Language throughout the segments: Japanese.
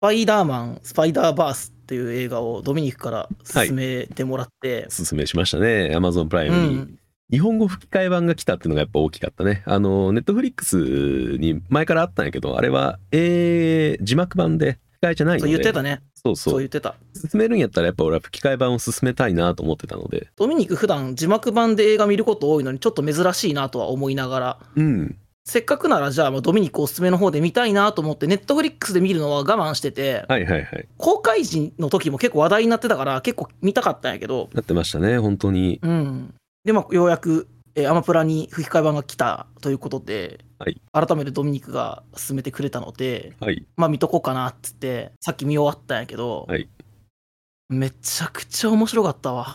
パイダーマンスパイダーバースっていう映画をドミニクから勧めてもらって、 おすすめしましたね。 Amazon プライムに、日本語吹き替え版が来たっていうのがやっぱ大きかったね。ネットフリックスに前からあったんやけど、あれは字幕版で吹き替えじゃないので。 そう言ってたね。そう言ってた。 進めるんやったらやっぱ俺は吹き替え版を進めたいなと思ってたので。 ドミニク普段字幕版で映画見ること多いのにちょっと珍しいなとは思いながら、せっかくならじゃあドミニクおすすめの方で見たいなと思ってネットフリックスで見るのは我慢してて、公開時の時も結構話題になってたから結構見たかったんやけど、 なってましたね本当に。 でようやくアマプラに吹き替え版が来たということで、改めてドミニクが勧めてくれたので、まあ見とこうかなっつってさっき見終わったんやけど、めちゃくちゃ面白かったわ。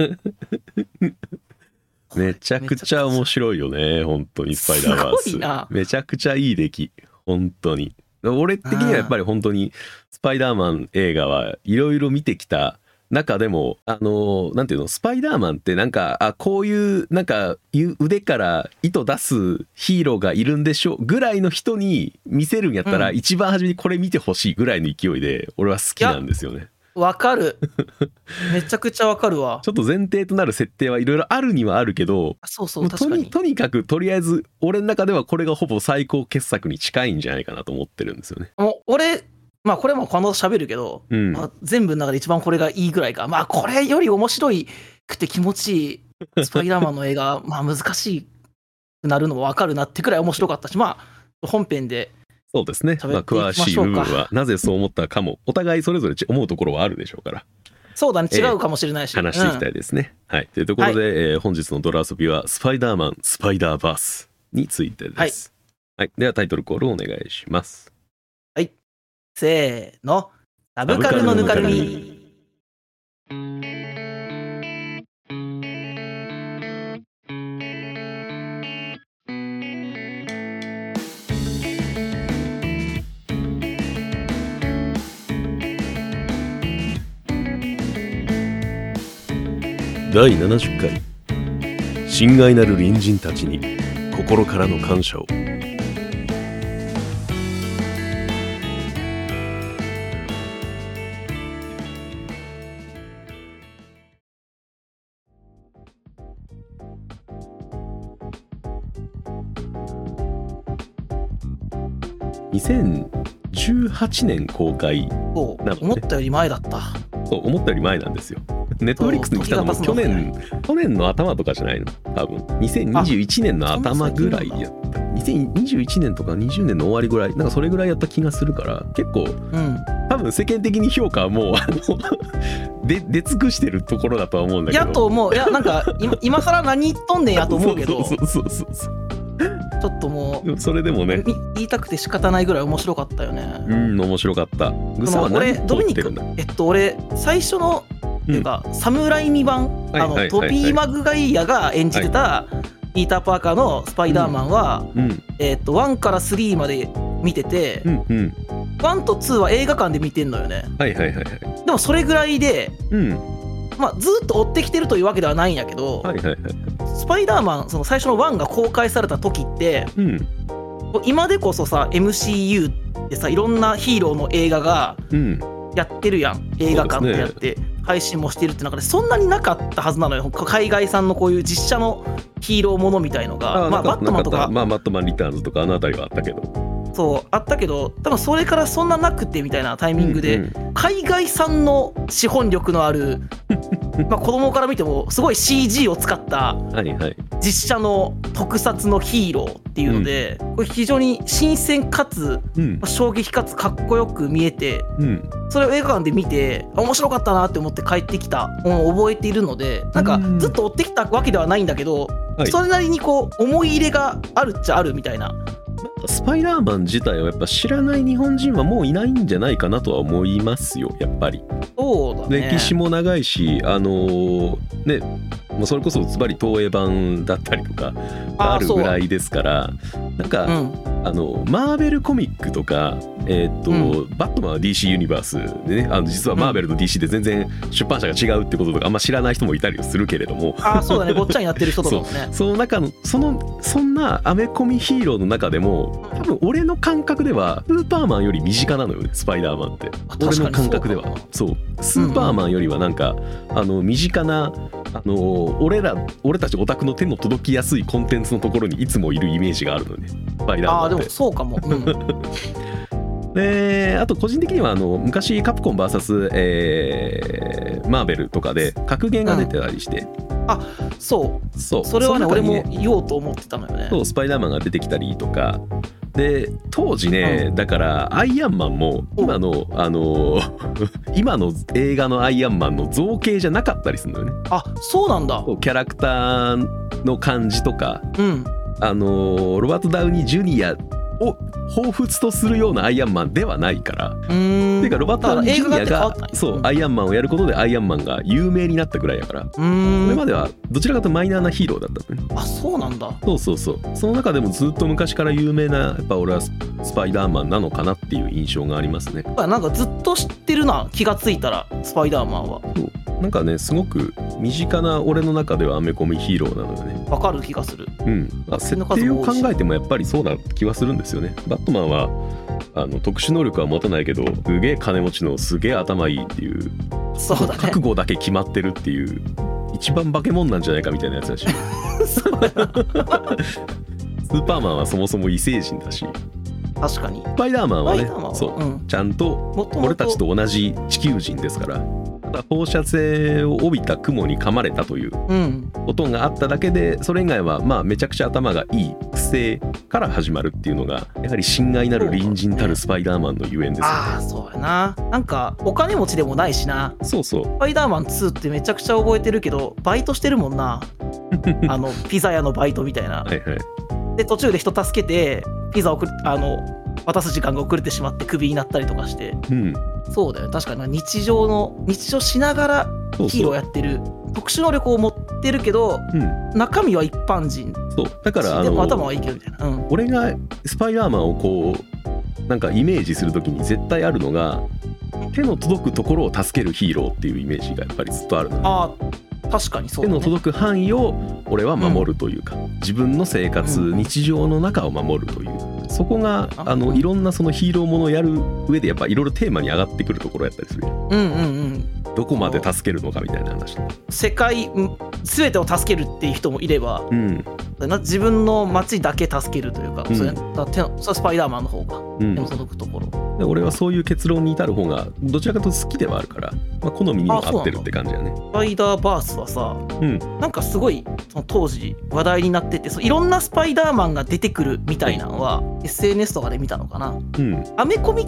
めちゃくちゃ面白いよね本当にスパイダーバース。 すごいな。 めちゃくちゃいい出来本当に。俺的にはやっぱり本当にスパイダーマン映画はいろいろ見てきた中でもなんていうの、スパイダーマンってなんかこういうなんか腕から糸出すヒーローがいるんでしょぐらいの人に見せるんやったら、一番初めにこれ見てほしいぐらいの勢いで俺は好きなんですよね。 わかる。めちゃくちゃわかるわ。 ちょっと前提となる設定はいろいろあるにはあるけど、 確かにとにかくとりあえず俺の中ではこれがほぼ最高傑作に近いんじゃないかなと思ってるんですよね。 もう俺まあこれもこの喋るけど、全部の中で一番これがいいぐらいか。まあこれより面白くて気持ちいいスパイダーマンの映画まあ難しくなるのも分かるなってくらい面白かったし、まあ本編でそうですね、詳しい部分はなぜそう思ったかもお互いそれぞれ思うところはあるでしょうから、 そうだね、違うかもしれないし、 話していきたいですね。というところで、本日のドラ遊びはスパイダーマンスパイダーバースについてです。ではタイトルコールお願いします。 せーの、サブカルのぬかるみ。 第70回、親愛なる隣人たちに心からの感謝を。2018年公開なので、 思ったより前だった。 そう思ったより前なんですよ。ネットフリックスに来たのも去年の頭とかじゃないの、多分2021年の頭ぐらいやった。2021年とか20年の終わりぐらい、なんかそれぐらいやった気がするから、結構、多分世間的に評価はもう出尽くしてるところだとは思うんだけど。 やと思う。いやなんか今更何言っとんねんやと思うけど。 そうちょっともうそれでもね言いたくて仕方ないぐらい面白かったよね。 面白かった。 俺ドミニク俺最初のっていうか、サムライミ版トビー・マグワイアが演じてたピーター・パーカーのスパイダーマンは、1から3まで見てて、1と2は映画館で見てんのよね。でもそれぐらいで、まあ、ずっと追ってきてるというわけではないんやけど、スパイダーマンその最初の1が公開された時って、今でこそさ MCU ってさいろんなヒーローの映画がやってるやん、映画館でやって配信もしてるって中でそんなになかったはずなのよ。海外産のこういう実写のヒーローものみたいのが、バットマンとか、 バットマンリターンズとかあのあたりはあったけど、 そうあったけど多分それからそんななくてみたいなタイミングで、海外産の資本力のあるまあ子供から見てもすごい CG を使った実写の特撮のヒーローっていうので、これ非常に新鮮かつ衝撃かつかっこよく見えて、それを映画館で見て面白かったなって思って帰ってきたのを覚えているので、なんかずっと追ってきたわけではないんだけど、それなりにこう思い入れがあるっちゃあるみたいな。 スパイダーマン自体はやっぱ知らない日本人はもういないんじゃないかなとは思いますよ、やっぱり。 そうだね。 歴史も長いし、 もうそれこそズバリ東映版だったりとかあるぐらいですから、なんか、マーベルコミックとか、バットマンは DC ユニバースでね、実はマーベルと DC で全然出版社が違うってこととかあんま知らない人もいたりするけれども、 そうだね、ごっちゃになってる人とかもねその中のそんなアメコミヒーローの中でも多分俺の感覚ではスーパーマンより身近なのよね、スパイダーマンって。俺の感覚ではそうスーパーマンよりはなんか身近な俺たちオタクの手の届きやすいコンテンツのところにいつもいるイメージがあるのね、スパイダーマンって。 でもそうかも、 であと個人的には昔カプコン VS、マーベルとかで格言が出てたりして、 それはね俺も言おうと思ってたのよね。 そうスパイダーマンが出てきたりとかで、当時ね、だからアイアンマンも今の映画のアイアンマンの造形じゃなかったりするのよね。 そうなんだ。 キャラクターの感じとか、ロバート・ダウニー・ジュニアを彷彿とするようなアイアンマンではないから。ていうかロバート・ダウニー・ジュニアがアイアンマンをやることでアイアンマンが有名になったぐらいやから、それまではどちらかというとマイナーなヒーローだったのね。 そうなんだ。 そうその中でもずっと昔から有名なやっぱ俺はスパイダーマンなのかなっていう印象がありますね。 なんかずっと知ってるな、気がついたらスパイダーマンは。 なんかねすごく身近な俺の中ではアメコミヒーローなのよね。 わかる気がする。 設定を考えてもやっぱりそうな気はするんですよね。バットマンは特殊能力は持たないけどすげえ金持ちのすげえ頭いいっていう、 そうだね、 覚悟だけ決まってるっていう一番化け物なんじゃないかみたいなやつだしスーパーマンはそもそも異星人だし、 確かにスパイダーマンはねちゃんと俺たちと同じ地球人ですから、放射性を帯びた雲に噛まれたということがあっただけで、それ以外はめちゃくちゃ頭がいいくせから始まるっていうのがやはり親愛なる隣人たるスパイダーマンのゆえんですよね。 そうやな。なんかお金持ちでもないしな。 そうスパイダーマン2ってめちゃくちゃ覚えてるけどバイトしてるもんなピザ屋のバイトみたいな。で途中で人助けてピザを渡す時間が遅れてしまってクビになったりとかして、そうだよ、確かに日常しながらヒーローやってる、特殊能力を持ってるけど、中身は一般人。 だからでも頭はいいけどみたいな、 俺がスパイダーマンをこうなんかイメージするときに絶対あるのが、手の届くところを助けるヒーローっていうイメージがやっぱりずっとあるの。 確かにそうだね。 手の届く範囲を俺は守るというか、自分の生活、日常の中を守るという、そこがいろんなそのヒーローものをやる上でやっぱいろいろテーマに上がってくるところやったりする。どこまで助けるのかみたいな話とか、世界全てを助けるっていう人もいれば、自分の街だけ助けるというか、それスパイダーマンの方が手の届くところ、 俺はそういう結論に至る方がどちらかというと好きではあるから、好みにも合ってるって感じだね。 スパイダーバースはさ、なんかすごいその当時話題になってて、いろんなスパイダーマンが出てくるみたいなのは SNS とかで見たのかな。アメコミって、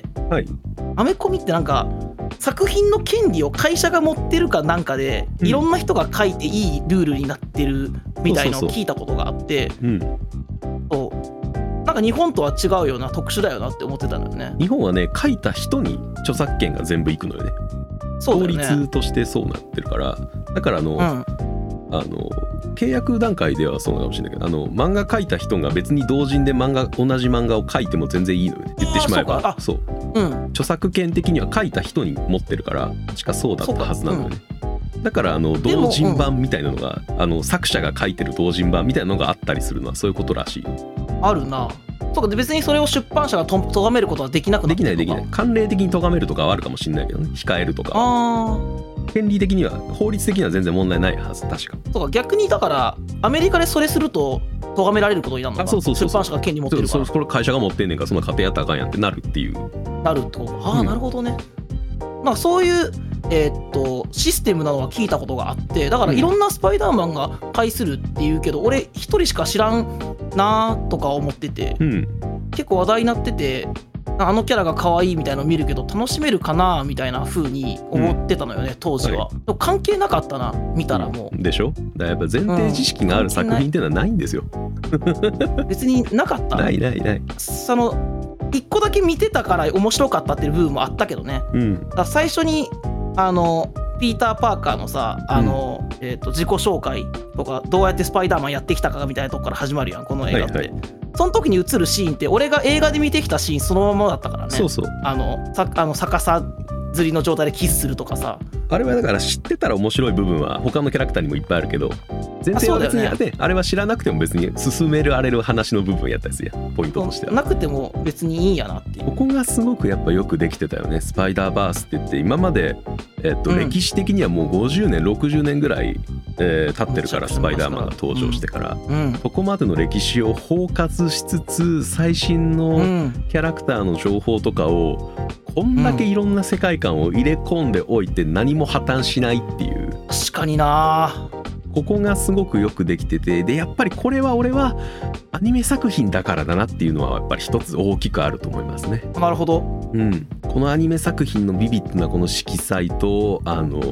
なんか作品の権利を会社が持ってるかなんかで、いろんな人が書いていいルールになってるみたいなのを聞いたことがあって、なんか日本とは違うよな、特殊だよなって思ってたのよね。 日本はね、書いた人に著作権が全部いくのよね。法律としてそうなってるから、だから契約段階ではそうかもしれないけど、漫画描いた人が別に同人で同じ漫画を描いても全然いいのよね、言ってしまえば。著作権的には描いた人に持ってるから、確かそうだったはずなのよね。だから同人版みたいなのが、作者が書いてる同人版みたいなのがあったりするのはそういうことらしい。あるな。そうか、別にそれを出版社が咎めることはできなくなってるのか。 できない。慣例的に咎めるとかはあるかもしれないけどね、控えるとか。権利的には、法律的には全然問題ないはず、確か。 そうか、逆にだからアメリカでそれすると咎められることになるのか。出版社が権利持ってるから。 これ会社が持ってんねんから、そんな家庭やったらあかんやんってなるっていう。 なるってこと。なるほどね。なんかそういうシステムなのは聞いたことがあって、だからいろんなスパイダーマンが介するっていうけど、俺一人しか知らんなとか思ってて、結構話題になってて、あのキャラが可愛いみたいなの見るけど楽しめるかなみたいな風に思ってたのよね、当時は。でも関係なかったな、見たらもう。 でしょ。だからやっぱ前提知識がある作品っていうのはないんですよ。 別になかった。 ない。 その一個だけ見てたから面白かったっていう部分もあったけどね。だから最初にピーター・パーカーのさ自己紹介とかどうやってスパイダーマンやってきたかみたいなとこから始まるやんこの映画って、はいはい、その時に映るシーンって俺が映画で見てきたシーンそのままだったからね。 そうそう、 逆さ釣りの状態でキスするとかさ、 あれはだから知ってたら面白い部分は他のキャラクターにもいっぱいあるけど、前提は別に あれは知らなくても別に進められる話の部分やったりするやん、ポイントとしては。 なくても別にいいんやなっていう。 ここがすごくやっぱよくできてたよね。スパイダーバースって言って今まで、歴史的にはもう50年60年ぐらい、経ってるから、スパイダーマンが登場してから、そこまでの歴史を包括しつつ最新のキャラクターの情報とかをこんだけいろんな世界観を入れ込んでおいて何も破綻しないっていう、 確かにな、 ここがすごくよくできてて、でやっぱりこれは俺はアニメ作品だからだなっていうのはやっぱり一つ大きくあると思いますね。 なるほど、 このアニメ作品のビビッドなこの色彩と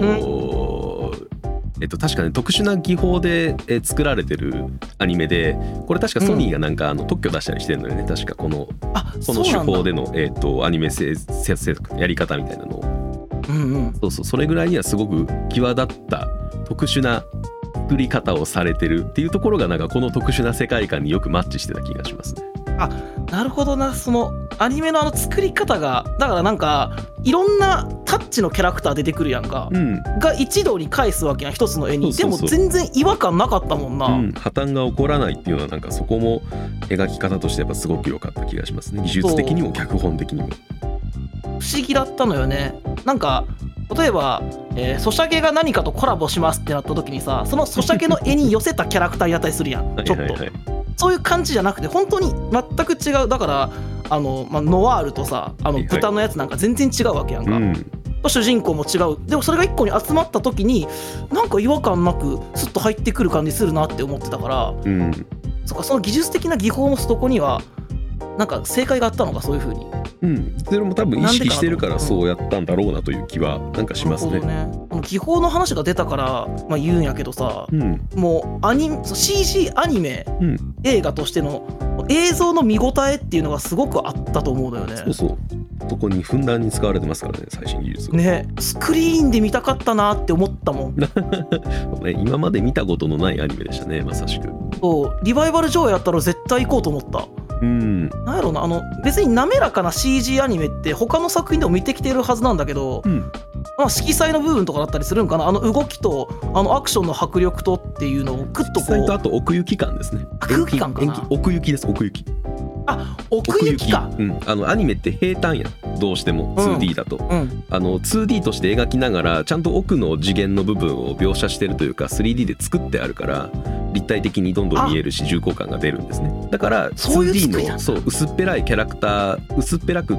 確かね特殊な技法で作られてるアニメで、これ確かソニーがなんか特許出したりしてるのよね、確かこの手法でのアニメ制作やり方みたいなのを、それぐらいにはすごく際立った特殊な作り方をされてるっていうところがなんかこの特殊な世界観によくマッチしてた気がしますね。 あ、なるほどな。そのアニメの作り方がだからなんかいろんなタッチのキャラクター出てくるやんか、が一堂に返すわけやん、一つの絵に。でも全然違和感なかったもんな、 破綻が起こらないっていうのはなんかそこも描き方としてやっぱすごく良かった気がしますね。技術的にも脚本的にも不思議だったのよね。なんか例えば、ソシャゲが何かとコラボしますってなった時にさ、そのソシャゲの絵に寄せたキャラクターやったりするやんちょっとそういう感じじゃなくて本当に全く違う。だからノワールとさ豚のやつなんか全然違うわけやんか、主人公も違う。でもそれが一個に集まった時になんか違和感なくスッと入ってくる感じするなって思ってたから、その技術的な技法のそこにはなんか正解があったのか、そういう風に。 それも多分意識してるからそうやったんだろうなという気はなんかしますね。 技法の話が出たから、言うんやけどさ、もうCG アニメ、映画としての映像の見応えっていうのがすごくあったと思うのよね。そこにふんだんに使われてますからね、最新技術ね。スクリーンで見たかったなって思ったもん今まで見たことのないアニメでしたね、まさしく。 リバイバル上映やったら絶対行こうと思った。なんやろうな、別に滑らかな CG アニメって他の作品でも見てきてるはずなんだけど、色彩の部分とかだったりするんかな、動きとアクションの迫力とっていうのをグッとこう。 色彩とあと奥行き感ですね。 空気感かな。 奥行きです、奥行き。 奥行きか。 アニメって平坦やん、どうしても 2D だと、2D として描きながらちゃんと奥の次元の部分を描写してるというか 3D で作ってあるから立体的にどんどん見えるし重厚感が出るんですね。だから 2D の薄っぺらいキャラクター、薄っぺらく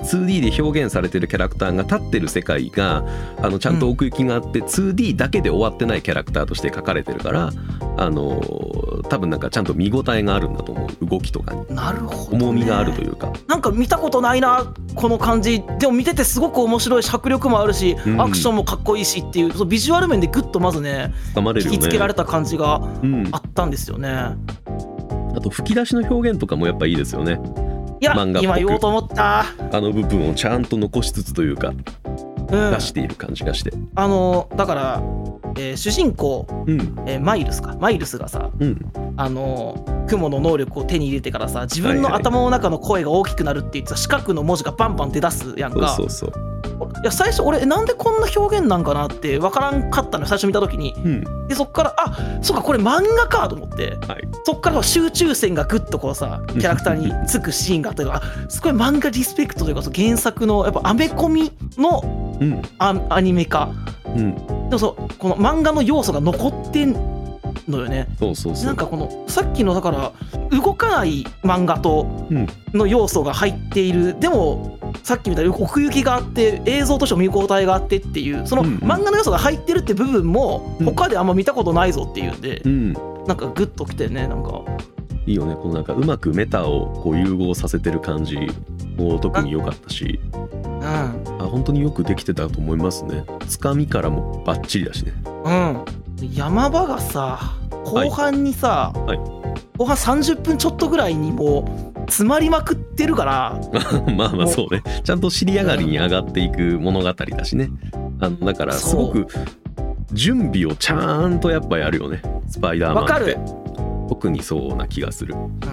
2D で表現されてるキャラクターが立ってる世界がちゃんと奥行きがあって、2D だけで終わってないキャラクターとして描かれてるから多分なんかちゃんと見応えがあるんだと思う、動きとかに。 なるほど、ね、 重みがあるというか。 なんか見たことないなこの感じ。でも見ててすごく面白いし迫力もあるし、アクションもかっこいいしっていう、ビジュアル面でグッとまずね引きつけられた感じがあったんですよね。あと吹き出しの表現とかもやっぱいいですよね。 いや今言おうと思った。 部分をちゃんと残しつつというか、出している感じがして、 だから、主人公、マイルスがさ、雲の能力を手に入れてからさ、自分の頭の中の声が大きくなるって言って四角の文字がバンバン出だすやんか。いや最初俺なんでこんな表現なんかなって分からんかったのよ、最初見た時に、でそっからそうかこれ漫画かと思って、そっから集中線がグッとこうさキャラクターにつくシーンがあったりとかすごい漫画リスペクトというか、原作のやっぱアメコミの、アニメ化、でもこの漫画の要素が残ってんのよね。なんかこのさっきのだから動かない漫画との要素が入っている、でもさっきみたいに奥行きがあって映像としても見応えがあってっていう、その漫画の要素が入ってるって部分も他であんま見たことないぞっていうんで、なんかグッときてね、なんかいいよね。このなんかうまくメタをこう融合させてる感じも特に良かったし、本当によくできてたと思いますね。つかみからもバッチリだしね。 山場がさ後半にさ、後半30分ちょっとぐらいにもう詰まりまくってるからまあそうね、ちゃんと尻上がりに上がっていく物語だしね。 だからすごく準備をちゃんとやっぱやるよね、スパイダーマンって。わかる。特にそうな気がする。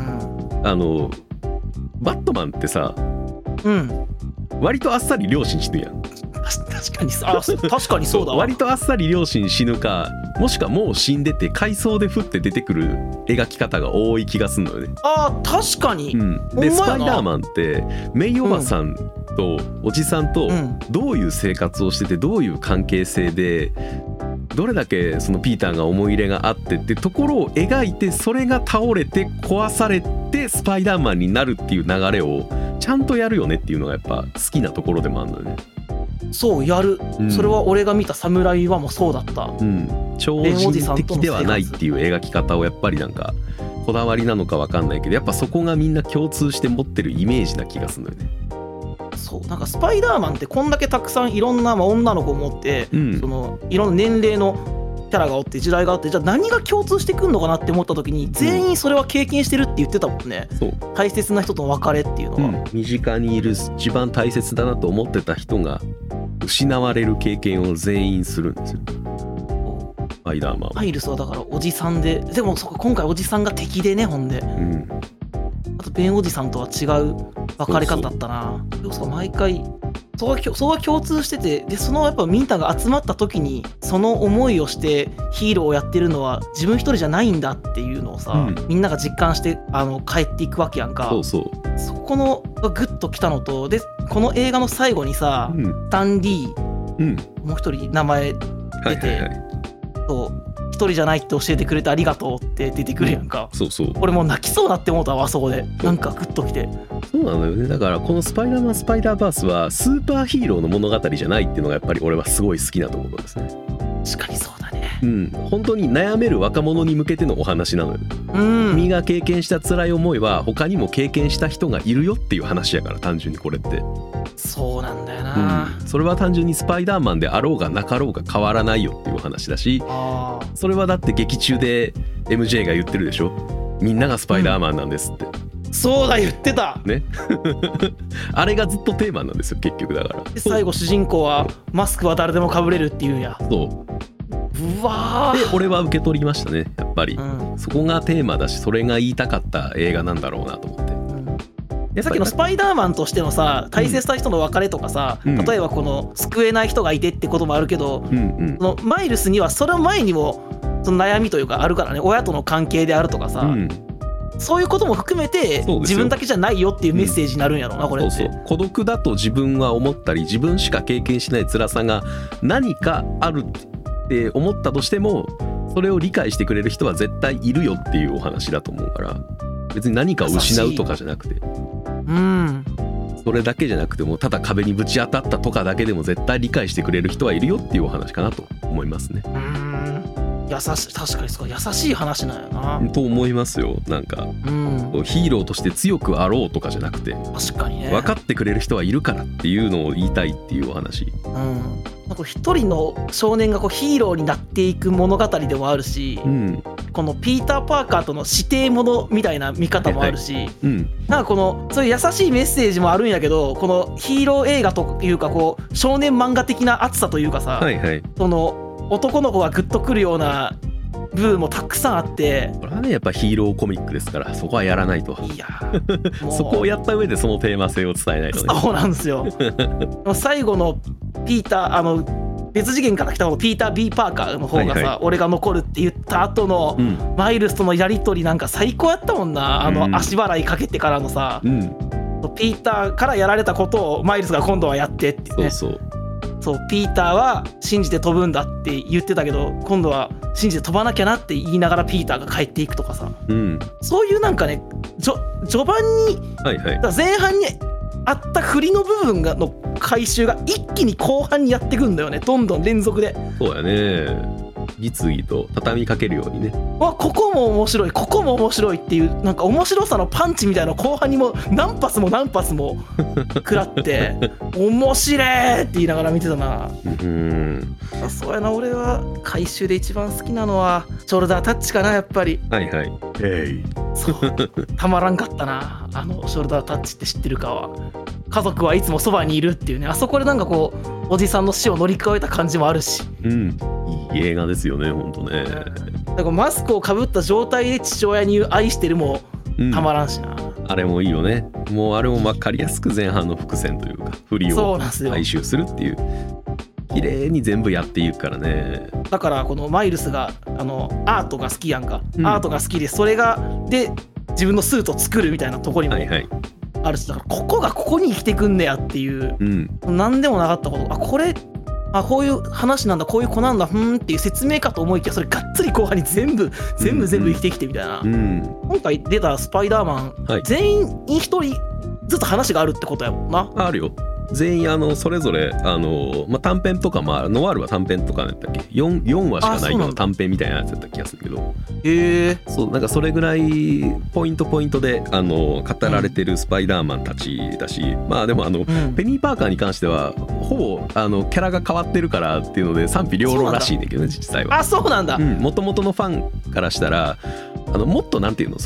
バットマンってさ、割とあっさり両親死ぬやん。 確かにそうだわ。 割とあっさり両親死ぬか、もしくはもう死んでて回想で降って出てくる描き方が多い気がするのよね。 確かに、 でスパイダーマンってメイおばさんとおじさんとどういう生活をしてて、どういう関係性でどれだけそのピーターが思い入れがあってってところを描いて、それが倒れて壊されてスパイダーマンになるっていう流れをちゃんとやるよねっていうのがやっぱ好きなところでもあるのよね。 そうやる、それは俺が見た侍はもうそうだった、 超人的ではないっていう描き方をやっぱりなんかこだわりなのか分かんないけど、やっぱそこがみんな共通して持ってるイメージな気がするのよね。 そうなんかスパイダーマンってこんだけたくさんいろんな女の子を持って、そのいろんな年齢のキャラがおって時代があって、じゃあ何が共通してくんのかなって思った時に全員それは経験してるって言ってたもんね、大切な人との別れっていうのは、 身近にいる一番大切だなと思ってた人が失われる経験を全員するんですよ、スパイダーマンは。 マイルスはだからおじさんで、でもそこ今回おじさんが敵でね、ほんで、あとベンおじさんとは違う別れ方だったな。そう毎回そこが共通してて、でそのやっぱみんなが集まった時にその思いをしてヒーローをやってるのは自分一人じゃないんだっていうのをさ、みんなが実感して帰っていくわけやんか。そこのがグッときたのと、でこの映画の最後にさ、スタンリー、もう一人名前出て、一人じゃないって教えてくれてありがとうって出てくるやんか。俺もう泣きそうなって思ったわ、あそこで。なんかグッときて。 そうなのよね。だからこのスパイダーマンスパイダーバースはスーパーヒーローの物語じゃないっていうのがやっぱり俺はすごい好きなところですね。 確かにそうだね。 本当に悩める若者に向けてのお話なのよ。君が経験した辛い思いは他にも経験した人がいるよっていう話やから、単純にこれって。 そうなんだよな、 それは単純にスパイダーマンであろうがなかろうが変わらないよっていう話だし、それはだって劇中で MJ が言ってるでしょ、みんながスパイダーマンなんですって、 そうだ言ってたねあれがずっとテーマなんですよ結局。だからで最後主人公はマスクは誰でも被れるっていうんや。うわで俺は受け取りましたねやっぱり、そこがテーマだし、それが言いたかった映画なんだろうなと思って。 さっきのスパイダーマンとしてのさ、大切な人の別れとかさ、例えばこの救えない人がいてってこともあるけど、そのマイルスにはその前にもその悩みというかあるからね、親との関係であるとかさ、そういうことも含めて自分だけじゃないよっていうメッセージになるんやろうな、これって。 孤独だと自分は思ったり、自分しか経験しない辛さが何かあるって思ったとしても、それを理解してくれる人は絶対いるよっていうお話だと思うから、別に何かを失うとかじゃなくて、それだけじゃなくてもただ壁にぶち当たったとかだけでも絶対理解してくれる人はいるよっていうお話かなと思いますね。 確かにそう、優しい話なんやなと思いますよ。なんか、ヒーローとして強くあろうとかじゃなくて、 確かにね、 分かってくれる人はいるからっていうのを言いたいっていうお話。 なんか一人の少年がこうヒーローになっていく物語でもあるし、このピーター・パーカーとの指定ものみたいな見方もあるし、なんかこのそういう優しいメッセージもあるんやけど、このヒーロー映画というかこう少年漫画的な熱さというかさ、その男の子がグッとくるような部分もたくさんあって、 これはねやっぱヒーローコミックですから、そこはやらないと。 いやそこをやった上でそのテーマ性を伝えないとね。 そうなんですよ最後のピーター別次元から来たピーター・ B ・パーカーの方がさ、俺が残るって言った後のマイルスとのやり取りなんか最高やったもんな。足払いかけてからのさ、ピーターからやられたことをマイルスが今度はやってってね。そうピーターは信じて飛ぶんだって言ってたけど、今度は信じて飛ばなきゃなって言いながらピーターが帰っていくとかさ、そういうなんかね、序盤に、前半にあった振りの部分の回収が一気に後半にやってくんだよね、どんどん連続で。 そうやね、実技と畳みかけるようにね。 ここも面白い、ここも面白いっていう、なんか面白さのパンチみたいな後半にも何発も何発も食らって面白いって言いながら見てたな。そうやな、俺は回収で一番好きなのはショルダータッチかな、やっぱり。そうたまらんかったな、ショルダータッチって知ってるかは。家族はいつもそばにいるっていうね、あそこでなんかこうおじさんの死を乗り越えた感じもあるし、 いい映画ですよね本当ね。 だからマスクをかぶった状態で父親に言う愛してるもたまらんしな、 あれもいいよね。もうあれも分かりやすく前半の伏線というか振りを回収するっていう綺麗に全部やっていくからね。 だからこのマイルスがアートが好きやんか、アートが好きでそれがで自分のスーツを作るみたいなところにもあるし、だからここがここに生きてくんねやっていう、何でもなかったこと、こういう話なんだ、こういう子なんだっていう説明かと思いきや、それがっつり後半に全部生きてきてみたいな、今回出たスパイダーマン、全員に一人ずつ話があるってことやもんな。 あるよ。全員それぞれ短編とか、ノワールは短編とかやったっけ、4話しかないような短編みたいなやつやった気がするけど、そうなんかそれぐらいポイントで語られてるスパイダーマンたちだし、でもペニー・パーカーに関してはほぼキャラが変わってるからっていうので賛否両論らしいんだけどね、実際は。 そうなんだ。 元々のファンからしたらもっとなんていうの、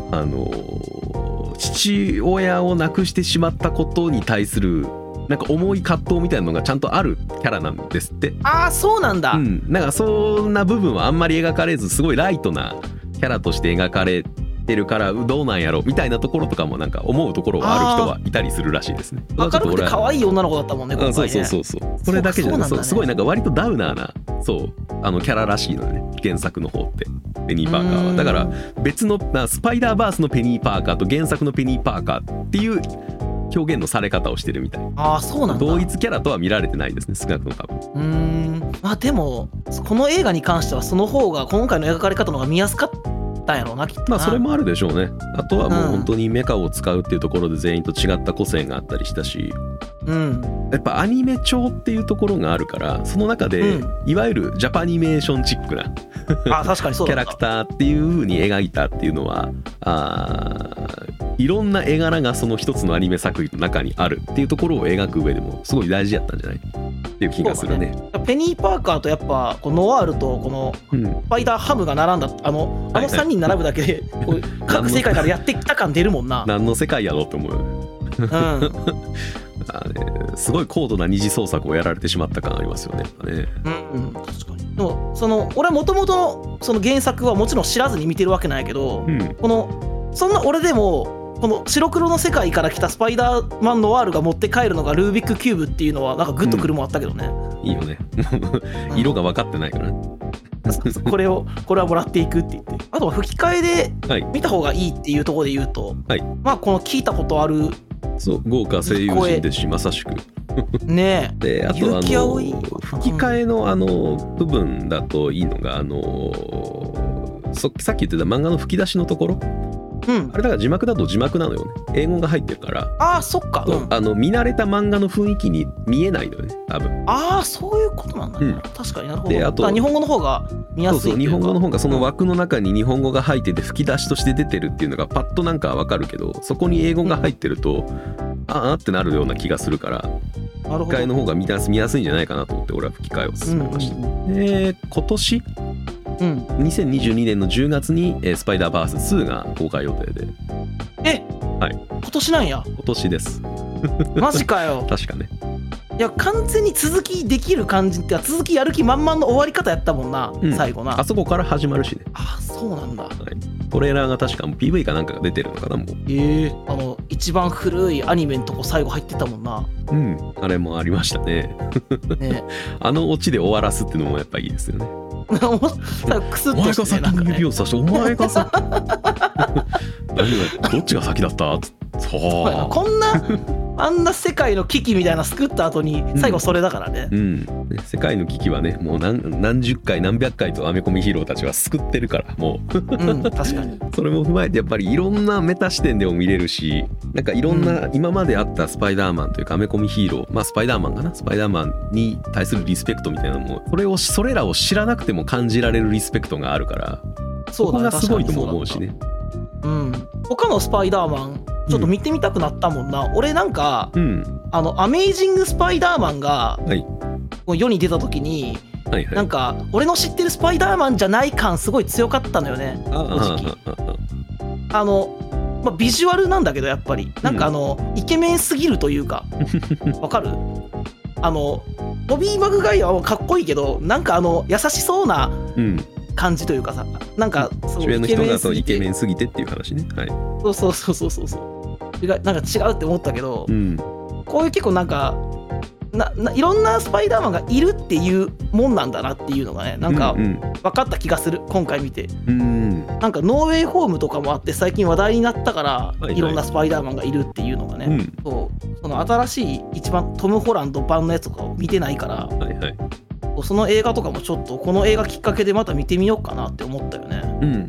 父親を亡くしてしまったことに対するなんか重い葛藤みたいなのがちゃんとあるキャラなんですって。 そうなんだ。 なんかそんな部分はあんまり描かれず、すごいライトなキャラとして描かれてるからどうなんやろみたいなところとかもなんか思うところがある人はいたりするらしいですね。 明るくて可愛い女の子だったもんね今回ね。 そうそれだけじゃない、すごいなんか割とダウナーなキャラらしいのね、原作の方ってペニー・パーカーは。だから別のスパイダーバースのペニー・パーカーと原作のペニー・パーカーっていう表現のされ方をしてるみたい。 そうなんだ。 同一キャラとは見られてないですね、少なくとも多分。 でもこの映画に関してはその方が今回の描かれ方の方が見やすかったんやろうな、きっとな。 それもあるでしょうね。あとはもう本当にメカを使うっていうところで全員と違った個性があったりしたし、やっぱアニメ調っていうところがあるから、その中で、いわゆるジャパニメーションチックな確かにそうだキャラクターっていう風に描いたっていうのは、いろんな絵柄がその一つのアニメ作品の中にあるっていうところを描く上でもすごい大事やったんじゃないっていう気がするね。 ペニー・パーカーとやっぱノワールとこのスパイダーハムが並んだ、あの3人並ぶだけで各世界からやってきた感出るもんな。 何の世界やろって思うよね。すごい高度な二次創作をやられてしまった感ありますよね。確かに。でも俺はもともとの原作はもちろん知らずに見てるわけなんやけど、そんな俺でもこの白黒の世界から来たスパイダーマンノワールが持って帰るのがルービックキューブっていうのはなんかグッとくるもんあったけどね。 いいよね。色が分かってないからね。 これはもらっていくって言って、あとは吹き替えで見た方がいいっていうところで言うと、この聞いたことある豪華声優陣ですし、まさしくねえ。 であと吹き替えの部分だといいのがさっき言ってた漫画の吹き出しのところ、あれだから字幕だと字幕なのよね。英語が入ってるから。 そっか。 見慣れた漫画の雰囲気に見えないのよね、多分。 そういうことなんだね。確かに、なるほど。 であと日本語の方が見やすい。 日本語の方がその枠の中に日本語が入ってて吹き出しとして出てるっていうのがパッとなんかわかるけど、そこに英語が入ってるとってなるような気がするから、吹き替えの方が見やすいんじゃないかなと思って俺は吹き替えを勧めました。今年2022年の10月にスパイダーバース2が公開予定で。 今年なんや。 今年です。 マジかよ。 確かね。 いや完全に続きできる感じって、続きやる気満々の終わり方やったもんな、最後な。 あそこから始まるしね。 そうなんだ。 トレーラーが確か PV かなんかが出てるのかな、もう。 一番古いアニメのとこ最後入ってたもんな。 あれもありましたね。オチで終わらすっていうのもやっぱいいですよね。 クスッとして、 お前が先に指をさして、お前がさどっちが先だったこんなあんな世界の危機みたいな救った後に最後それだからね。 世界の危機はね、もう何十回何百回とアメコミヒーローたちは救ってるからもう確かに。 それも踏まえてやっぱりいろんなメタ視点でも見れるし、なんかいろんな今まであったスパイダーマンというかアメコミヒーロー、スパイダーマンかな、スパイダーマンに対するリスペクトみたいなのも、それらを知らなくても感じられるリスペクトがあるから、そこがすごいとも思うしね。 他のスパイダーマンちょっと見てみたくなったもんな。俺なんか、アメイジングスパイダーマンが世に出た時に、なんか俺の知ってるスパイダーマンじゃない感すごい強かったのよね、正直。ビジュアルなんだけどやっぱりなんかイケメンすぎるというかわかる？ トビー・マグガイアはかっこいいけど、なんか優しそうな感じというかさ、なんかそう主演の人がイケメンすぎてっていう話ね。はい。 そうなんか違うって思ったけど、こういう結構なんかいろんなスパイダーマンがいるっていうもんなんだなっていうのがね、なんか分かった気がする、今回見て。なんかノーウェイホームとかもあって最近話題になったから、いろんなスパイダーマンがいるっていうのがね、その新しい一番トム・ホランド版のやつとかを見てないから、その映画とかもちょっとこの映画きっかけでまた見てみようかなって思ったよね。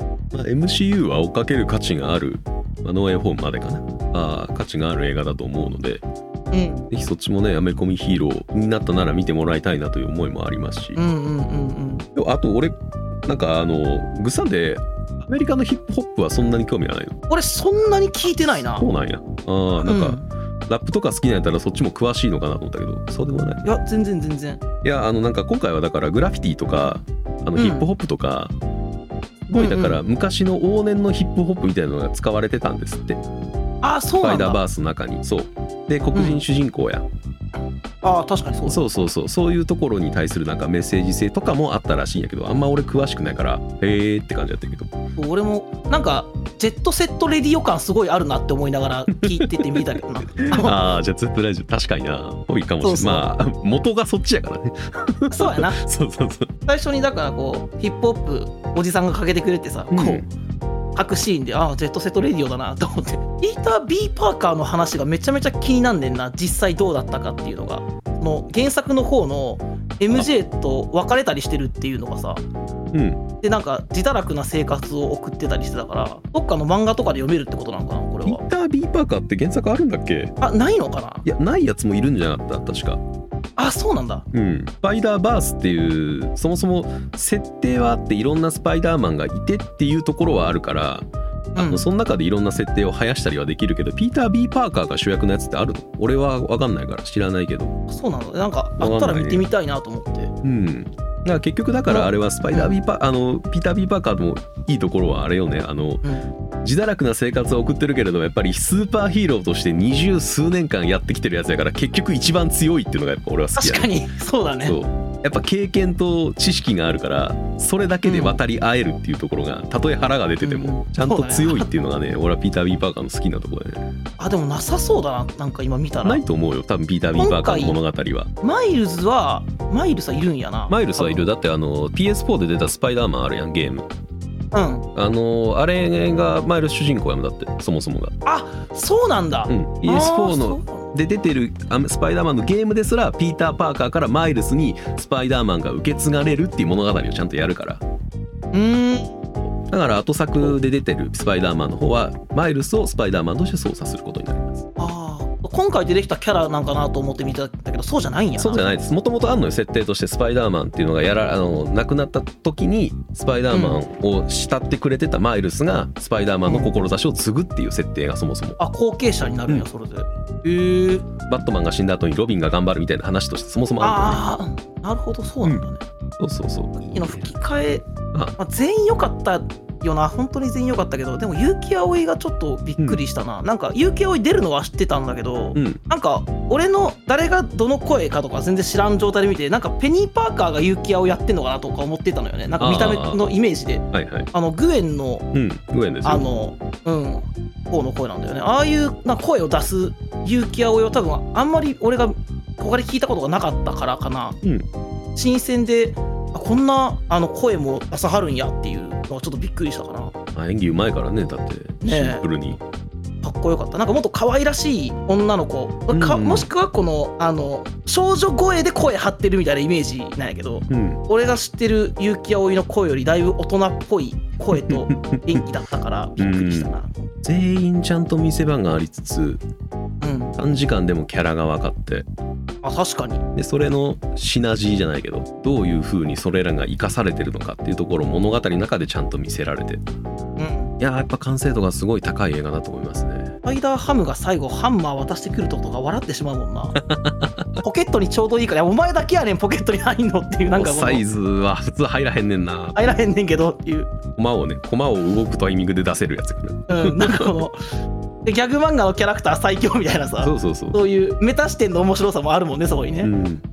MCU は追っかける価値がある、ノーウェイホームまでかな、価値がある映画だと思うので、ぜひそっちもね、アメコミヒーローになったなら見てもらいたいなという思いもありますし、あと俺なんかグサンでアメリカのヒップホップはそんなに興味がないの。 俺そんなに聞いてないな。 そうなんや。なんか、ラップとか好きなんやったらそっちも詳しいのかなと思ったけど、そうでもない。 いや全然。 いやなんか今回はだからグラフィティとかヒップホップとか、すごいだから昔の往年のヒップホップみたいなのが使われてたんですって。 そうなんだ。 スパイダーバースの中に。そうで黒人主人公や。 確かにそういうところに対するなんかメッセージ性とかもあったらしいんやけど、あんま俺詳しくないからへーって感じだったけど、 俺もなんかジェットセットレディオ感すごいあるなって思いながら聞いててみたけどな。 ジェットセットレディオ確かにな、多いかもしれない。元がそっちやからね。 そうやな。 そう最初にだからこうヒップホップおじさんがかけてくれてさ、こう各シーンでジェットセットレディオだなと思って、ピーター・ B ・パーカーの話がめちゃめちゃ気になんねんな、実際どうだったかっていうのが。原作の方の MJ と別れたりしてるっていうのがさ、でなんか自堕落な生活を送ってたりしてたから、どっかの漫画とかで読めるってことなのかな、これは。 ピーター・ B ・パーカーって原作あるんだっけ？ ないのかな。 いや、ないやつもいるんじゃなかった確か。 そうなんだ。 スパイダーバースっていうそもそも設定はあって、いろんなスパイダーマンがいてっていうところはあるから、その中でいろんな設定を生やしたりはできるけど、ピーター・ B ・パーカーが主役のやつってあるの？俺は分かんないから知らないけど。 そうなの？なんかあったら見てみたいなと思って。 だから結局だからあれはスパイダー・ピーター・ B ・パーカーのいいところはあれよね、自堕落な生活を送ってるけれど、やっぱりスーパーヒーローとして20数年間やってきてるやつやから、結局一番強いっていうのがやっぱ俺は好きやね。 確かにそうだね。 やっぱ経験と知識があるから、それだけで渡り合えるっていうところが、たとえ腹が出ててもちゃんと強いっていうのがね、俺はピーター・ビー・パーカーの好きなところだね。 でもなさそうだな、なんか今見たら。 ないと思うよ多分ピーター・ビー・パーカーの物語は。 マイルスはいるんやな。 マイルスはいる。だってPS4 で出たスパイダーマンあるやん、ゲーム。あれがマイルス主人公やもんだって、そもそもが。 そうなんだ。 PS4 ので出てるスパイダーマンのゲームですら、ピーター・パーカーからマイルスにスパイダーマンが受け継がれるっていう物語をちゃんとやるから。だから後作で出てるスパイダーマンの方はマイルスをスパイダーマンとして操作することになります。 今回出てきたキャラなんかなと思って見たんだけど、そうじゃないんやな。 そうじゃないです。もともとあんのよ、設定として。スパイダーマンっていうのが亡くなった時にスパイダーマンを慕ってくれてたマイルスがスパイダーマンの志を継ぐっていう設定がそもそも。 後継者になるんや、それで。 バットマンが死んだ後にロビンが頑張るみたいな話としてそもそもあるんだよね。 なるほど、そうなんだね。吹き替え、全員良かったよな。本当に全員良かったけど、でも結城葵がちょっとびっくりしたな。なんか結城葵出るのは知ってたんだけど、なんか俺の誰がどの声かとか全然知らん状態で見て、なんかペニー・パーカーが結城葵やってんのかなとか思ってたのよね。なんか見た目のイメージで、グエンのグエンですよ。 方の声なんだよね。ああいう声を出す結城葵を多分あんまり俺が他で聞いたことがなかったからかな。新鮮で、こんな声も出さはるんやっていうのはちょっとびっくりしたかな。 演技うまいからね、だってシンプルにかっこよかった。なんかもっと可愛らしい女の子、もしくはこの少女声で声張ってるみたいなイメージなんやけど、俺が知ってる結城葵の声よりだいぶ大人っぽい声と演技だったからびっくりしたな。 全員ちゃんと見せ場がありつつ、短時間でもキャラが分かって、 確かに。 でそれのシナジーじゃないけど、どういう風にそれらが生かされてるのかっていうところを物語の中でちゃんと見せられて、やっぱ完成度がすごい高い映画だと思いますね。 スパイダーハムが最後ハンマー渡してくるとことか笑ってしまうもんな。ポケットにちょうどいいから、お前だけやねんポケットに入んのっていう、なんかサイズは普通入らへんねんな。 入らへんねんけどっていう。 駒を動くタイミングで出せるやつ。 なんかでギャグ漫画のキャラクター最強みたいなさ、そういうメタ視点の面白さもあるもんね、そこにね。